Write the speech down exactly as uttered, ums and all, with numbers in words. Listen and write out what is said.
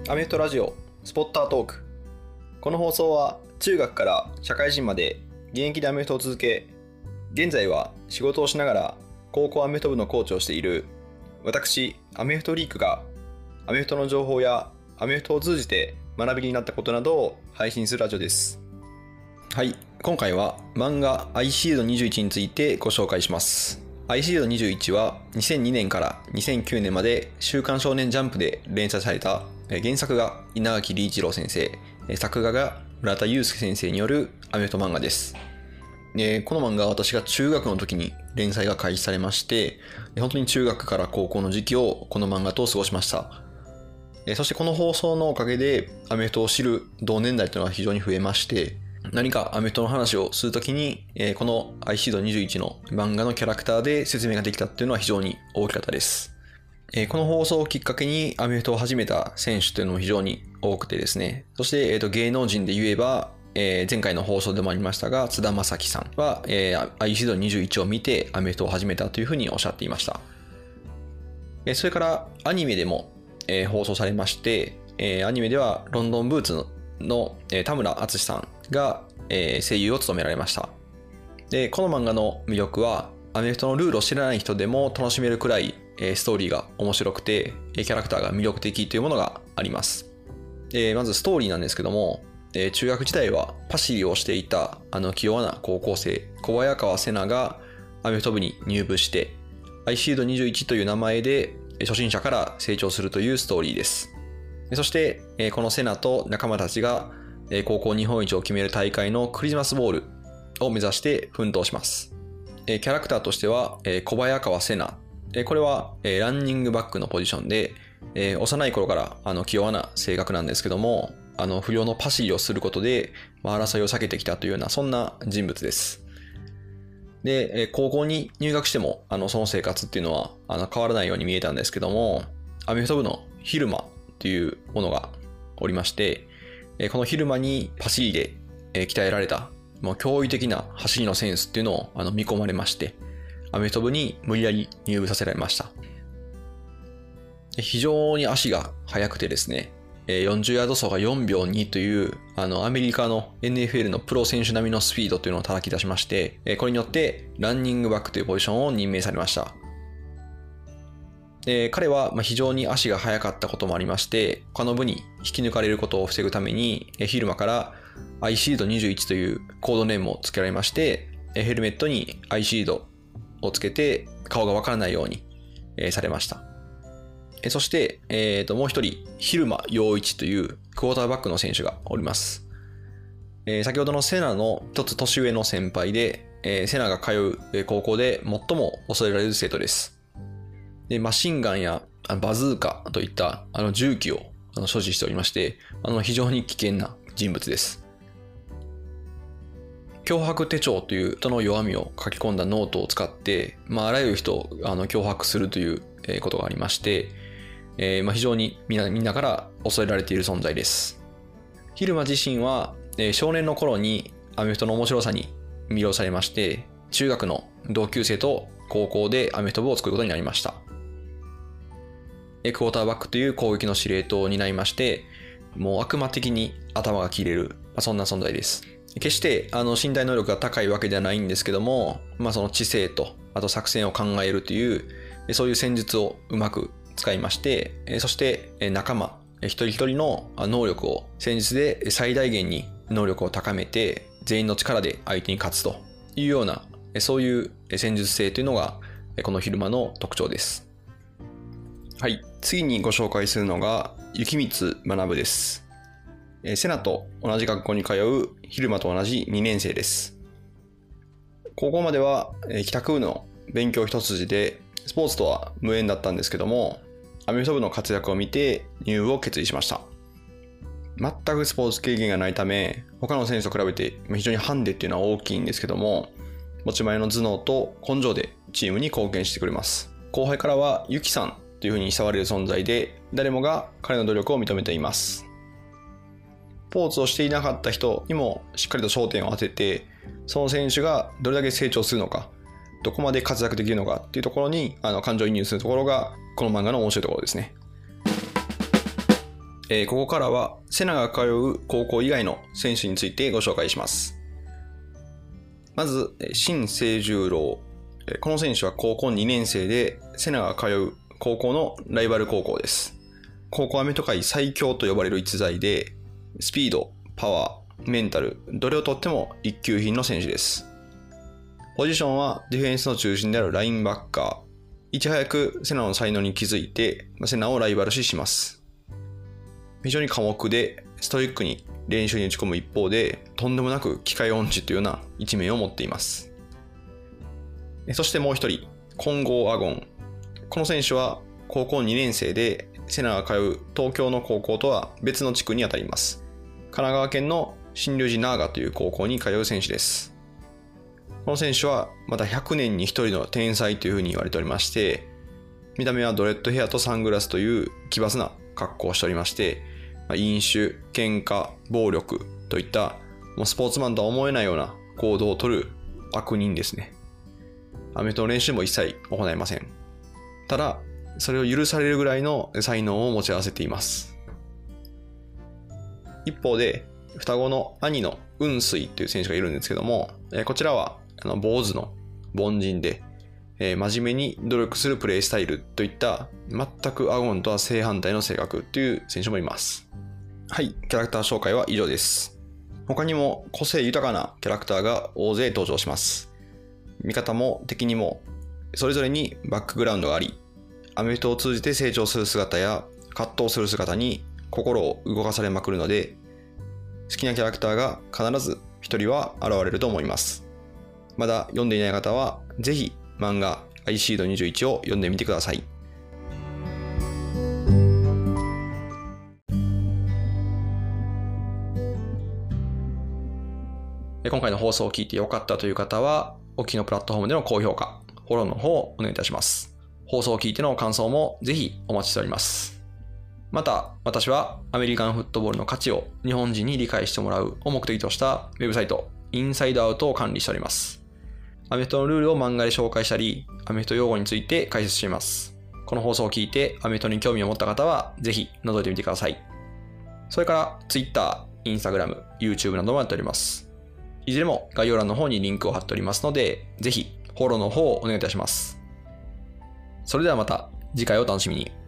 アメフトラジオスポッタートーク。この放送は中学から社会人まで現役でアメフトを続け、現在は仕事をしながら高校アメフト部のコーチをしている私アメフトリークがアメフトの情報やアメフトを通じて学びになったことなどを配信するラジオです。はい、今回は漫画アイシールドにじゅういちについてご紹介します。アイシールドにじゅういちはにせんにねんからにせんきゅうねんまで週刊少年ジャンプで連載された、原作が稲垣理一郎先生、作画が村田祐介先生によるアメフト漫画です。でこの漫画は私が中学の時に連載が開始されまして、本当に中学から高校の時期をこの漫画と過ごしました。そしてこの放送のおかげでアメフトを知る同年代というのが非常に増えまして、何かアメフトの話をするときにこのアイシールドにじゅういちの漫画のキャラクターで説明ができたっていうのは非常に大きかったです。この放送をきっかけにアメフトを始めた選手というのも非常に多くてですね、そして芸能人で言えば前回の放送でもありましたが津田将希さんはアイシールドにじゅういちを見てアメフトを始めたというふうにおっしゃっていました。それからアニメでも放送されまして、アニメではロンドンブーツの田村淳さんが声優を務められました。でこの漫画の魅力はアメフトのルールを知らない人でも楽しめるくらいストーリーが面白くてキャラクターが魅力的というものがあります。でまずストーリーなんですけども、中学時代はパシリをしていたあの気弱な高校生小早川瀬名がアメフト部に入部してアイシールドにじゅういちという名前で初心者から成長するというストーリーです。そしてこの瀬名と仲間たちが高校日本一を決める大会のクリスマスボールを目指して奮闘します。キャラクターとしては小早川瀬名、これはランニングバックのポジションで幼い頃からあの気弱な性格なんですけども、あの不良のパシリをすることで争いを避けてきたというようなそんな人物です。で高校に入学してもあのその生活っていうのはあの変わらないように見えたんですけども、アメフト部の昼間というものがおりまして、この昼間にパシリで鍛えられたもう驚異的な走りのセンスっていうのをあの見込まれまして、アメフト部に無理やり入部させられました。非常に足が速くてですね、よんじゅうヤード走がよんびょうにというあのアメリカの エヌエフエル のプロ選手並みのスピードというのを叩き出しまして、これによってランニングバックというポジションを任命されました。で彼は非常に足が速かったこともありまして、他の部に引き抜かれることを防ぐために昼間からアイシールドにじゅういちというコードネームを付けられまして、ヘルメットにアイシールドをつけて顔がわからないようにされました。そして、えー、ともう一人蛭間陽一というクォーターバックの選手がおります。先ほどのセナの一つ年上の先輩で、セナが通う高校で最も恐れられる生徒です。でマシンガンやバズーカといったあの銃器をあの所持しておりまして、あの非常に危険な人物です。脅迫手帳という人の弱みを書き込んだノートを使って、まあ、あらゆる人をあの脅迫するということがありまして、えーまあ、非常にみんな、みんなから恐れられている存在です。蛭間自身は、えー、少年の頃にアメフトの面白さに魅了されまして、中学の同級生と高校でアメフト部を作ることになりました。クォーターバックという攻撃の司令塔を担いまして、もう悪魔的に頭が切れる、まあ、そんな存在です。決してあの身体能力が高いわけではないんですけども、まあ、その知性とあと作戦を考えるというそういう戦術をうまく使いまして、そして仲間一人一人の能力を戦術で最大限に能力を高めて全員の力で相手に勝つというようなそういう戦術性というのがこの蛭間の特徴です。はい、次にご紹介するのが雪光学です。セナと同じ学校に通う蛭間と同じにねん生です。高校までは帰宅部の勉強一筋でスポーツとは無縁だったんですけども、アメフト部の活躍を見て入部を決意しました。全くスポーツ経験がないため他の選手と比べて非常にハンデっていうのは大きいんですけども、持ち前の頭脳と根性でチームに貢献してくれます。後輩からはユキさんというふうに慕われる存在で、誰もが彼の努力を認めています。スポーツをしていなかった人にもしっかりと焦点を当てて、その選手がどれだけ成長するのか、どこまで活躍できるのかっていうところにあの感情移入するところがこの漫画の面白いところですね。 えー、ここからはセナが通う高校以外の選手についてご紹介します。まず、新清十郎。この選手は高校にねん生でセナが通う高校のライバル高校です。高校アメフト界最強と呼ばれる逸材で、スピード、パワー、メンタル、どれをとっても一級品の選手です。ポジションはディフェンスの中心であるラインバッカー。いち早くセナの才能に気づいて、セナをライバル視します。非常に寡黙でストイックに練習に打ち込む一方で、とんでもなく機械音痴というような一面を持っています。そしてもう一人、金剛アゴン。この選手は高校にねん生でセナが通う東京の高校とは別の地区にあたります。神奈川県の新龍寺ナーガという高校に通う選手です。この選手はまたひゃくねんにひとりの天才というふうに言われておりまして、見た目はドレッドヘアとサングラスという奇抜な格好をしておりまして、飲酒、喧嘩、暴力といったもうスポーツマンとは思えないような行動をとる悪人ですね。アメフトの練習も一切行いません。ただ、それを許されるぐらいの才能を持ち合わせています。一方で、双子の兄の雲水という選手がいるんですけども、こちらは坊主の凡人で、真面目に努力するプレイスタイルといった全くアゴンとは正反対の性格という選手もいます。はい、キャラクター紹介は以上です。他にも個性豊かなキャラクターが大勢登場します。味方も敵にもそれぞれにバックグラウンドがあり、アメフトを通じて成長する姿や葛藤する姿に心を動かされまくるので、好きなキャラクターが必ず一人は現れると思います。まだ読んでいない方はぜひ漫画アイシードにじゅういちを読んでみてください。今回の放送を聞いてよかったという方は、お聞きのプラットフォームでの高評価、フォローの方をお願いいたします。放送を聞いての感想もぜひお待ちしております。また、私はアメリカンフットボールの価値を日本人に理解してもらうを目的としたウェブサイト、インサイドアウトを管理しております。アメフトのルールを漫画で紹介したり、アメフト用語について解説しています。この放送を聞いてアメフトに興味を持った方は、ぜひ覗いてみてください。それから、Twitter、Instagram、YouTube などもやっております。いずれも概要欄の方にリンクを貼っておりますので、ぜひフォローの方をお願いいたします。それではまた次回をお楽しみに。